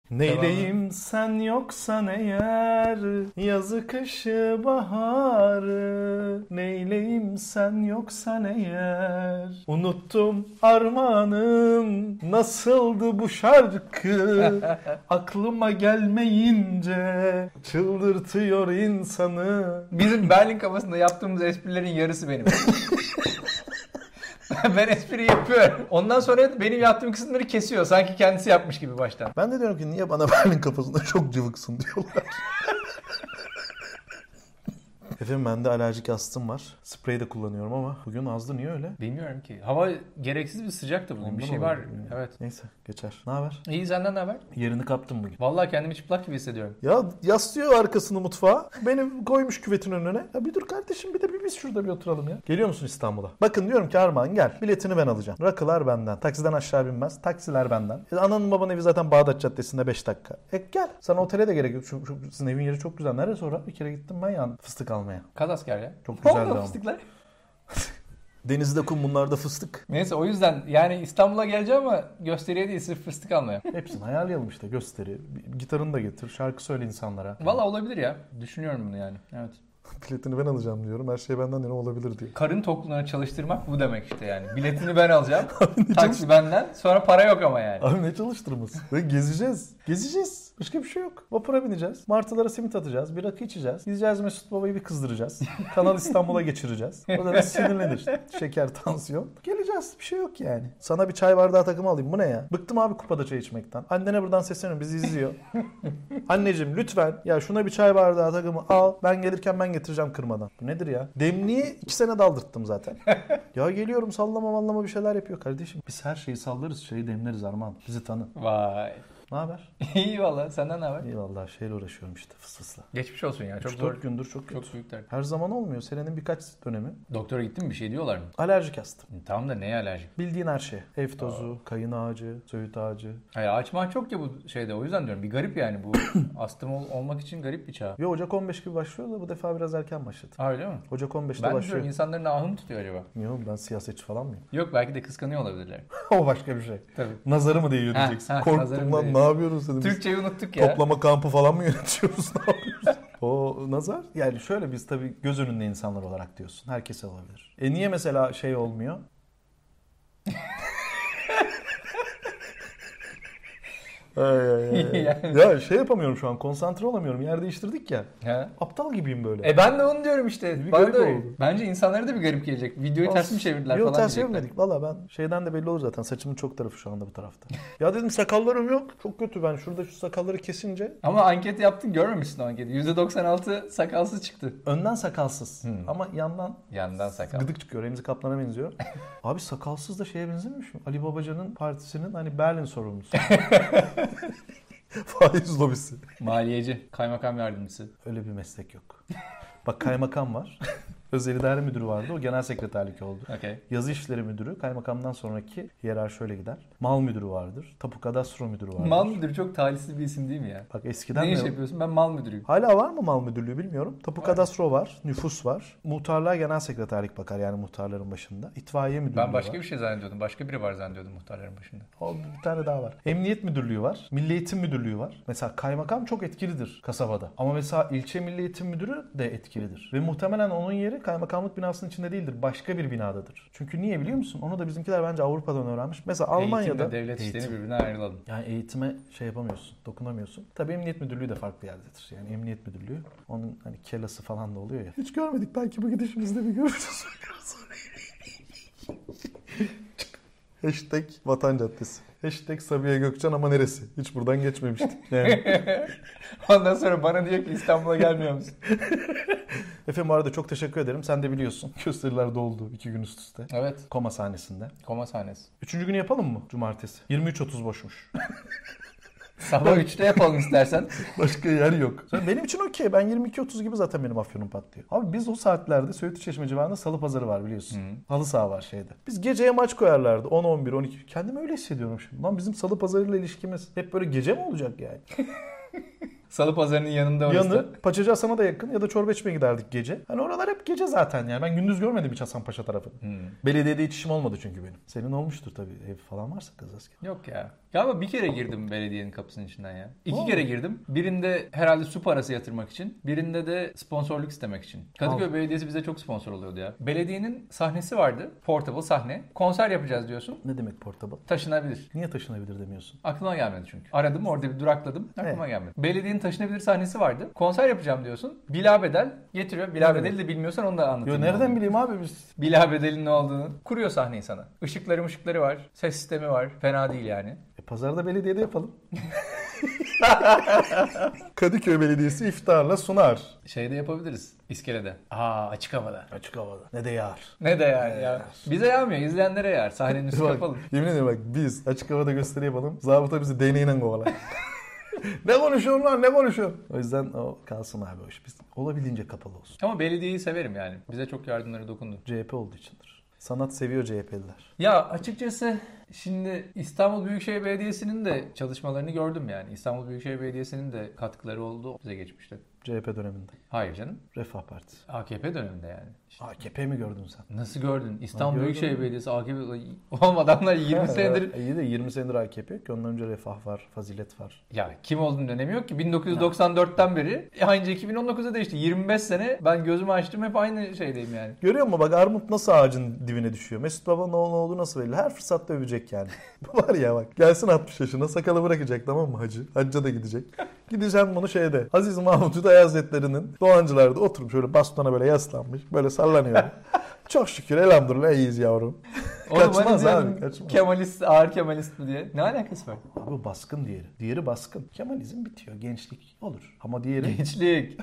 Neyleyim sen yoksan eğer, yazı kışı baharı. Neyleyim sen yoksan eğer, unuttum armağanım. Nasıldı bu şarkı, aklıma gelmeyince çıldırtıyor insanı. Bizim Berlin kafasında yaptığımız esprilerin yarısı benim. Ben espri yapıyorum. Ondan sonra benim yaptığım kısımları kesiyor. Sanki kendisi yapmış gibi baştan. Ben de diyorum ki niye bana Berlin kafasında çok cıvıksın diyorlar. Efendim bende alerjik astım var. Sprey de kullanıyorum ama bugün azdı, niye öyle? Bilmiyorum ki. Hava gereksiz bir sıcaktı bugün. Ondan Bir şey olabilir, var. bilmiyorum. Evet. Neyse geçer. Ne haber? İyi, senden ne haber? Yerini kaptım bugün. Vallahi kendimi çıplak gibi hissediyorum. Ya yaslıyor arkasını mutfağa. Beni koymuş küvetin önüne. Ya bir dur kardeşim, bir de biz şurada bir oturalım ya. Geliyor musun İstanbul'a? Bakın diyorum ki Armağan gel. Biletini ben alacağım. Rakılar benden. Taksiden aşağı binmez. Taksiler benden. Ananın babanın evi zaten Bağdat Caddesi'nde 5 dakika. Gel. Sana otele de gerek yok. Sizin evin yeri çok güzel. Neresi orası? Bir kere gittim ben ya fıstık almaya. Kazasker ya. Çok güzeldi Oldu ama. fıstıklar. Denizde kum, bunlarda fıstık. Neyse, o yüzden yani İstanbul'a geleceğim ama gösteriye değil, sırf fıstık almaya. Hepsini ayarlayalım işte, gösteri. Gitarını da getir. Şarkı söyle insanlara. Vallahi olabilir ya. Düşünüyorum bunu yani. Evet. Biletini ben alacağım diyorum. Her şey benden yana olabilir diyor. Karın tokluğuna çalıştırmak bu demek işte yani. Biletini ben alacağım. Taksi benden. Sonra para yok ama yani. Abi ne çalıştırması? Ve gezeceğiz. Gezeceğiz. Başka bir şey yok. Vapura bineceğiz. Martılara simit atacağız. Bir rakı içeceğiz. Gideceğiz Mesut Baba'yı bir kızdıracağız. Kanal İstanbul'a geçireceğiz. O da sinirlenir. Şeker, tansiyon. Geleceğiz. Bir şey yok yani. Sana bir çay bardağı takımı alayım. Bu ne ya? Bıktım abi kupada çay içmekten. Annene buradan sesleniyorum. Bizi izliyor. Anneciğim lütfen ya şuna bir çay bardağı takımı al. Ben gelirken ben getireceğim kırmadan. Bu nedir ya? Demliği 2 sene daldırttım zaten. Ya geliyorum sallama bir şeyler yapıyor kardeşim. Biz her şeyi sallarız, şeyi demleriz Armağan. Bizi tanı. Vay. Ne haber? İyi valla. Senden ne haber? İyi vallahi şeyle uğraşıyorum işte fısfısla. Geçmiş olsun ya. Çok 3-4 zor. gündür çok kötü. Çok büyük dert. Her zaman olmuyor. Senenin birkaç dönemi. Doktora gittin mi? Bir şey diyorlar mı? Alerjik astım. Tamam da neye alerjik? Bildiğin her şey. Ev tozu, kayın ağacı, söğüt ağacı. Hayır, açma çok ya bu şeyde. O yüzden diyorum. Bir garip yani bu. Astım olmak için garip bir çağ. Ve Ocak 15 gibi başlıyor da bu defa biraz erken başladı. Ha, öyle mi? Ocak 15'te Ben başlıyor. diyorum insanların ahı mı tutuyor acaba? Yok ben siyasetçi falan mıyım? Yok, belki de kıskanıyor olabilirler. O başka bir şey. Tabii. Nazarı mı değiyor diyeceksin. nazarı Korktum mı lan, değiyor? ne yapıyoruz dedim. Biz Türkçeyi unuttuk ya. toplama kampı falan mı yönetiyoruz, ne yapıyoruz? O nazar yani şöyle, biz tabii göz önünde insanlar olarak diyorsun. Herkes olabilir. Niye mesela şey olmuyor? Yani. Ya şey yapamıyorum şu an, konsantre olamıyorum. Yer değiştirdik ya. He. Aptal gibiyim böyle. Ben de onu diyorum işte. Bir Bana garip da oldu. bence insanlara da bir garip gelecek. Videoyu ters mi çevirdiler Yok, falan ters diyecekler. çevirmedik. Valla ben şeyden de belli olur zaten. Saçımın çok tarafı şu anda bu tarafta. Ya dedim sakallarım yok. Çok kötü, ben şurada şu sakalları kesince. Ama anket yaptın, görmemişsin o anketi. %96 sakalsız çıktı. Önden sakalsız. Ama Yandan sakal. gıdık çıkıyor. Remzi Kaplan'a benziyor. Abi sakalsız da şeye benzemiş mi? Ali Babacan'ın partisinin hani Berlin sorumlusu. Faiz lobisi. Maliyeci, kaymakam yardımcısı. Öyle bir meslek yok. Bak kaymakam var. Özel İdare Müdürü vardı. O genel sekreterlik oldu. Okay. Yazı İşleri Müdürü, kaymakamdan sonraki hiyerarşi şöyle gider. Mal Müdürü vardır. Tapu Kadastro Müdürü vardır. Mal müdürü çok talihsiz bir isim değil mi ya? Bak eskiden Ne iş de... yapıyorsun? Ben mal müdürüyüm. Hala var mı mal müdürlüğü bilmiyorum. Tapu Kadastro var, nüfus var. Muhtarlığa genel sekreterlik bakar, yani muhtarların başında. İtfaiye Müdürlüğü Ben başka var. bir şey zannediyordum. Başka biri var zannediyordum muhtarların başında. O bir tane daha var. Emniyet Müdürlüğü var. Milli Eğitim Müdürlüğü var. Mesela kaymakam çok etkilidir kasabada. Ama mesela ilçe Milli Eğitim Müdürü de etkilidir. Ve muhtemelen onun yeri kaymakamlık binasının içinde değildir. Başka bir binadadır. Çünkü niye biliyor musun? Onu da bizimkiler bence Avrupa'dan öğrenmiş. Mesela Almanya'da... Eğitimle devlet işlerini birbirinden ayıralım. Yani eğitime şey yapamıyorsun, dokunamıyorsun. Tabii Emniyet Müdürlüğü de farklı yerdedir. Yani Emniyet Müdürlüğü, onun hani kelası falan da oluyor ya. Hiç görmedik, belki bu gidişimizde bir görürüz. Hashtag Vatan Caddesi. Hashtag Sabiha Gökçen ama neresi? Hiç buradan geçmemiştik. Yani. Ondan sonra bana diyor ki İstanbul'a gelmiyor musun? Efendim bu arada çok teşekkür ederim. Sen de biliyorsun. Gösteriler doldu 2 gün üst üste. Evet. Koma sahnesinde. Koma sahnesi. 3. günü yapalım mı? Cumartesi. 23.30 boşmuş. Sabah 3'te yapalım istersen. Başka yer yok. Benim için okey. Ben 22.30 gibi zaten benim afyonum patlıyor. Abi biz o saatlerde Söğütlüçeşme civarında salı pazarı var biliyorsun. Halı saha var şeyde. Biz geceye maç koyarlardı. 10, 11, 12. Kendimi öyle hissediyorum şimdi. Lan bizim salı pazarıyla ilişkimiz hep böyle gece mi olacak yani? Salı pazarının yanında orası. Yanı Paçacı Hasan'a da yakın ya da çorba içmeye giderdik gece. Hani oralar hep gece zaten yani. Ben gündüz görmedim hiç Hasanpaşa tarafını. Belediyede hiç işim olmadı çünkü benim. Senin olmuştur tabii. Ev falan varsa kız asker. Yok ya. Ya ama bir kere girdim belediyenin kapısının içinden ya. 2 Oo. kere girdim. Birinde herhalde su parası yatırmak için. Birinde de sponsorluk istemek için. Kadıköy Belediyesi bize çok sponsor oluyordu ya. Belediyenin sahnesi vardı. Portable sahne. Konser yapacağız diyorsun. Ne demek portable? Taşınabilir. Niye taşınabilir demiyorsun? Aklıma gelmedi çünkü. Aradım orada bir durakladım. Aklıma gelmedi. Belediyenin taşınabilir sahnesi vardı. Konser yapacağım diyorsun. Bilabedel getiriyor. Bilabedeli de bilmiyorsan onu da anlatayım. Yo nereden bileyim abi biz? Bilhabedelin ne olduğunu. Kuruyor sahneyi sana. Işıkları var. Ses sistemi var. Fena değil yani. Pazarda belediyede yapalım. Kadıköy Belediyesi iftarla sunar. Şeyde yapabiliriz. İskelede. Açık havada. Açık havada. Ne de yağar. Ne de yani ya. Bize yağmıyor. İzleyenlere yağar. Sahnenin üstü Bak, kapalı. yemin ederim bak biz açık havada gösteri yapalım. Zabıta bizi değneğiyle kovalar. Ne konuşuyorsun lan ne konuşuyorsun? O yüzden o kalsın abi o iş. Biz olabildiğince kapalı olsun. Ama belediyeyi severim yani. Bize çok yardımları dokundu. CHP olduğu içindir. Sanat seviyor CHP'liler. Ya açıkçası şimdi İstanbul Büyükşehir Belediyesi'nin de çalışmalarını gördüm yani. İstanbul Büyükşehir Belediyesi'nin de katkıları oldu bize geçmişte. CHP döneminde. Hayır canım. Refah Partisi. AKP döneminde yani. AKP mi gördün sen? Nasıl gördün? İstanbul gördüm. Büyükşehir Belediyesi AKP olmadanlar 20 senedir. İyi de 20 senedir AKP yok ki. Ondan önce Refah var, Fazilet var. Ya kim olduğunu önemi yok ki. 1994'ten beri aynı 2019'a değişti. 25 sene ben gözümü açtım hep aynı şeydeyim yani. Görüyor musun bak armut nasıl ağacın dibine düşüyor. Mesut Baba'nın oğlu olduğu nasıl belli. Her fırsatta övecek yani. Bu var ya bak gelsin 60 yaşına sakalı bırakacak tamam mı hacı? Hacca da gidecek. Gideceğim bunu şeyde. Aziz Mahmut Hüdayi Hazretleri'nin Doğancılar'da oturup şöyle bastona böyle yaslanmış. Böyle sallanıyor. Çok şükür elhamdülillah iyiyiz yavrum. Oğlum Kaçmaz hani abi, diyordun, kaçmaz. Kemalist, ağır Kemalist mi diye. Ne alakası var? Abi bu baskın diğeri. Diğeri baskın. Kemalizm bitiyor. Gençlik olur. Ama diğeri Gençlik.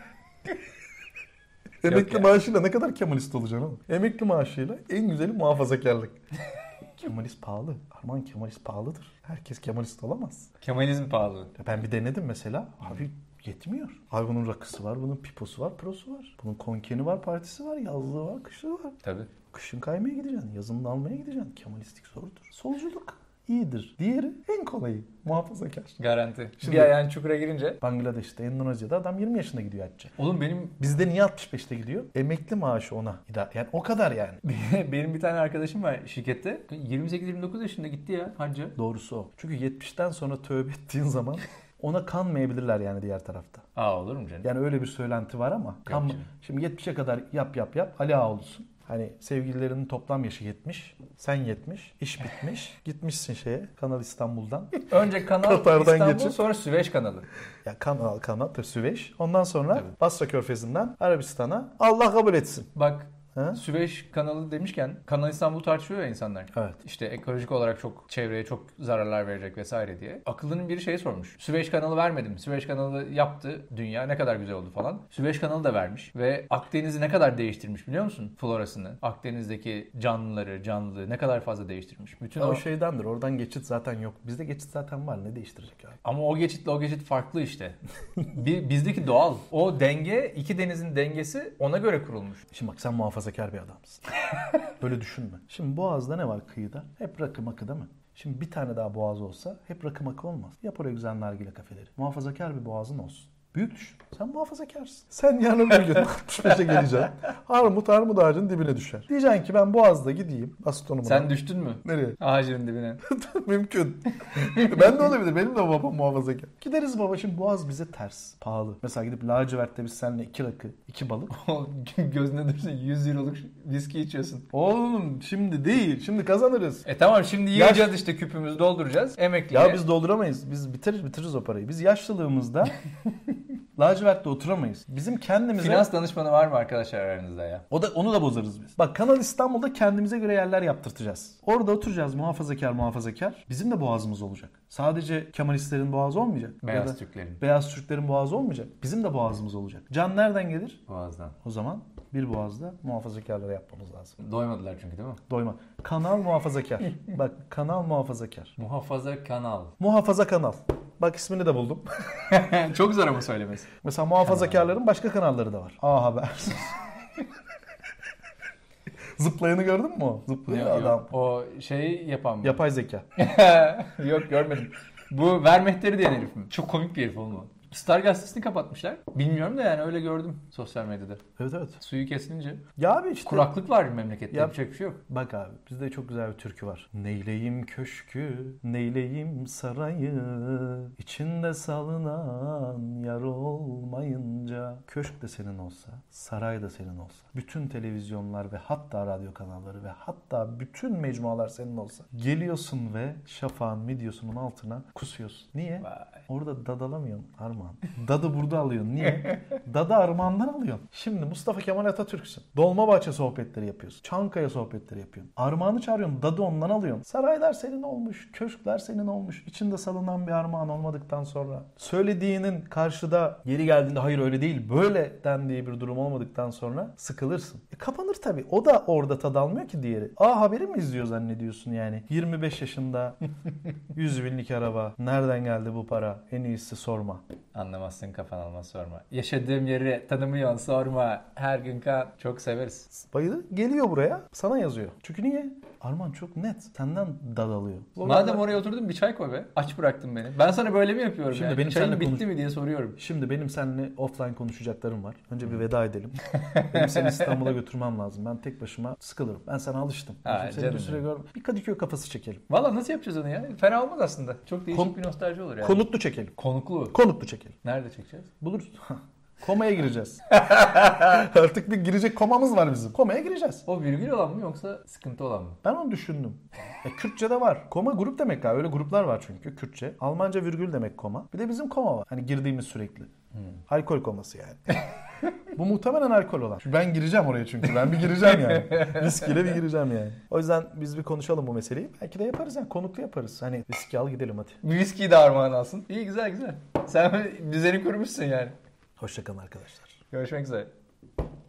emekli ya. maaşıyla ne kadar Kemalist olacaksın oğlum? Emekli maaşıyla en güzeli muhafazakarlık. Kemalist pahalı. Arman Kemalist pahalıdır. Herkes Kemalist olamaz. Kemalizm pahalı. Ya ben bir denedim mesela. Abi yetmiyor. Abi bunun rakısı var, bunun piposu var, prosu var. Bunun konkeni var, partisi var, yazlığı var, kışlığı var. Tabii. Kışın kaymaya gideceksin, yazın almaya gideceksin. Kemalistlik zordur. Solculuk iyidir. Diğeri en kolayı. Muhafazakar. Garanti. Şimdi- Bir ayağın çukura girince. Bangladeş'te, Endonezya'da adam 20 yaşında gidiyor hacca. Oğlum benim Bizde niye 65'te gidiyor? Emekli maaşı ona. Yani o kadar yani. benim bir tane arkadaşım var şirkette. 28-29 yaşında gitti ya hacca. Doğrusu o. Çünkü 70'ten sonra tövbe ettiğin zaman ona kanmayabilirler yani diğer tarafta. Olur mu canım? Yani öyle bir söylenti var ama kanma. canım. Şimdi 70'e kadar yap Ali Ağa olsun. Hani sevgililerinin toplam yaşı 70. Sen 70. İş bitmiş. Gitmişsin Kanal İstanbul'dan. Önce Kanal Katar'dan İstanbul geçip- sonra Süveyş kanalı. Ya kanal tabii Süveyş. Ondan sonra Tabii. Basra Körfezi'nden Arabistan'a Allah kabul etsin. Bak Ha? Süveyş kanalı demişken Kanal İstanbul tartışıyor ya insanlar. Evet. İşte ekolojik olarak çok çevreye çok zararlar verecek vesaire diye. Akıllının biri şey sormuş. Süveyş kanalı vermedim. Süveyş kanalı yaptı. Dünya ne kadar güzel oldu falan. Süveyş kanalı da vermiş. Ve Akdeniz'i ne kadar değiştirmiş biliyor musun? Florasını. Akdeniz'deki canlılığı ne kadar fazla değiştirmiş. Bütün O o... şeydendir. Oradan geçit zaten yok. Bizde geçit zaten var. Ne değiştirecek abi? Ama o geçitle o geçit farklı işte. Bizdeki doğal. O denge, iki denizin dengesi ona göre kurulmuş. Şimdi bak sen muhafazakar bir adamsın. Böyle düşünme. Şimdi Boğaz'da ne var kıyıda? Hep rakı makı değil mi? Şimdi bir tane daha boğaz olsa hep rakı makı olmaz. Yap oraya güzel nargile kafeleri. Muhafazakar bir boğazın olsun. Büyük düşün. Sen muhafazakarsın. Sen yarın bir gün 65'e geleceksin. Armut ağacın dibine düşer. Diyeceksin ki ben Boğaz'da gideyim. Bastonumu. Sen düştün mü? Nereye? Ağacın dibine. Mümkün. Ben de olabilir. Benim de babam muhafazakar. Gideriz baba. Şimdi Boğaz bize ters. Pahalı. Mesela gidip lacivertte biz seninle 2 rakı, 2 balık. O gözüne dursun 100 euroluk viski içiyorsun. Oğlum şimdi değil. Şimdi kazanırız. Tamam şimdi yiyeceğiz işte küpümüzü dolduracağız. Emekliye. Ya biz dolduramayız. Biz bitiririz o parayı. Biz yaşlılığımızda lacivertte oturamayız. Bizim kendimize... Finans danışmanı var mı arkadaşlar aranızda ya? Onu da bozarız biz. Bak Kanal İstanbul'da kendimize göre yerler yaptırtacağız. Orada oturacağız muhafazakar. Bizim de boğazımız olacak. Sadece Kemalistlerin boğazı olmayacak. Beyaz Ya da Türklerin. Beyaz Türklerin boğazı olmayacak. Bizim de boğazımız olacak. Can nereden gelir? Boğazdan. O zaman bir boğazda muhafazakarlara yapmamız lazım. Doymadılar çünkü değil mi? Doyma. Kanal muhafazakar. Bak kanal muhafazakar. Muhafaza kanal. Muhafaza kanal. Bak ismini de buldum. Çok zor ama söylemesi. Mesela muhafazakarların başka kanalları da var. A Haber. Zıplayanı gördün mü o? Zıplıyor adam. O şey yapan mı? Yapay zeka. Yok görmedim. Bu Vermehteri diyen herif mi? Çok komik bir herif olma. Star gazetesini kapatmışlar. Bilmiyorum da yani öyle gördüm sosyal medyada. Evet evet. Suyu kesilince. Ya abi işte. Kuraklık var memlekette. Yapacak bir şey yok. Bak abi bizde çok güzel bir türkü var. Neyleyim köşkü, neyleyim sarayı, içinde salınan yar olmayınca. Köşk de senin olsa, saray da senin olsa, bütün televizyonlar ve hatta radyo kanalları ve hatta bütün mecmualar senin olsa. Geliyorsun ve şafağın midyosunun altına kusuyorsun. Niye? Vay. Orada dad alamıyorsun Armağan. Dadı burada alıyorsun. Niye? Dadı Armağan'dan alıyorsun. Şimdi Mustafa Kemal Atatürk'sün. Dolmabahçe sohbetleri yapıyorsun. Çankaya sohbetleri yapıyorsun. Armağan'ı çağırıyorsun. Dadı ondan alıyorsun. Saraylar senin olmuş. Köşkler senin olmuş. İçinde salınan bir armağan olmadıktan sonra. Söylediğinin karşıda yeri geldiğinde hayır öyle değil böyle dendiği bir durum olmadıktan sonra sıkılırsın. Kapanır tabii. O da orada tad almıyor ki diğeri. Haberi mi izliyor zannediyorsun yani? 25 yaşında 100 binlik araba. Nereden geldi bu para? En iyisi sorma. Anlamazsın kafan almaz sorma. Yaşadığım yeri tanımıyorsun sorma. Her gün kan. Çok severiz. Bayılır. Geliyor buraya sana yazıyor. Çünkü niye? Arman çok net. Senden dad alıyor. Madem oraya oturdun bir çay koy be. Aç bıraktın beni. Ben sana böyle mi yapıyorum Şimdi yani? benim Çayın seninle bitti mi diye soruyorum. Şimdi benim seninle offline konuşacaklarım var. Önce bir veda edelim. Benim seni İstanbul'a götürmem lazım. Ben tek başıma sıkılırım. Ben sana alıştım. Ha, Seni bir süre gör. Bir Kadıköy kafası çekelim. Valla nasıl yapacağız onu ya? Fena olmaz aslında. Çok değişik bir nostalji olur yani. Konutlu çekelim. Konuklu. Konutlu çekelim. Nerede çekeceğiz? Buluruz. Komaya gireceğiz. Artık bir girecek komamız var bizim. Komaya gireceğiz. O virgül olan mı yoksa sıkıntı olan mı? Ben onu düşündüm. Kürtçe'de var. Koma grup demek ya. Öyle gruplar var çünkü Kürtçe. Almanca virgül demek koma. Bir de bizim koma var. Hani girdiğimiz sürekli. Alkol koması yani. Bu muhtemelen alkol olan. Ben gireceğim oraya çünkü. Ben bir gireceğim yani. Viskiyle bir gireceğim yani. O yüzden biz bir konuşalım bu meseleyi. Belki de yaparız yani. Konuklu yaparız. Hani viski al gidelim hadi. Bir viskiyi de armağan alsın. İyi güzel güzel. Sen düzeni kurmuşsun yani. Hoşçakalın arkadaşlar. Görüşmek üzere.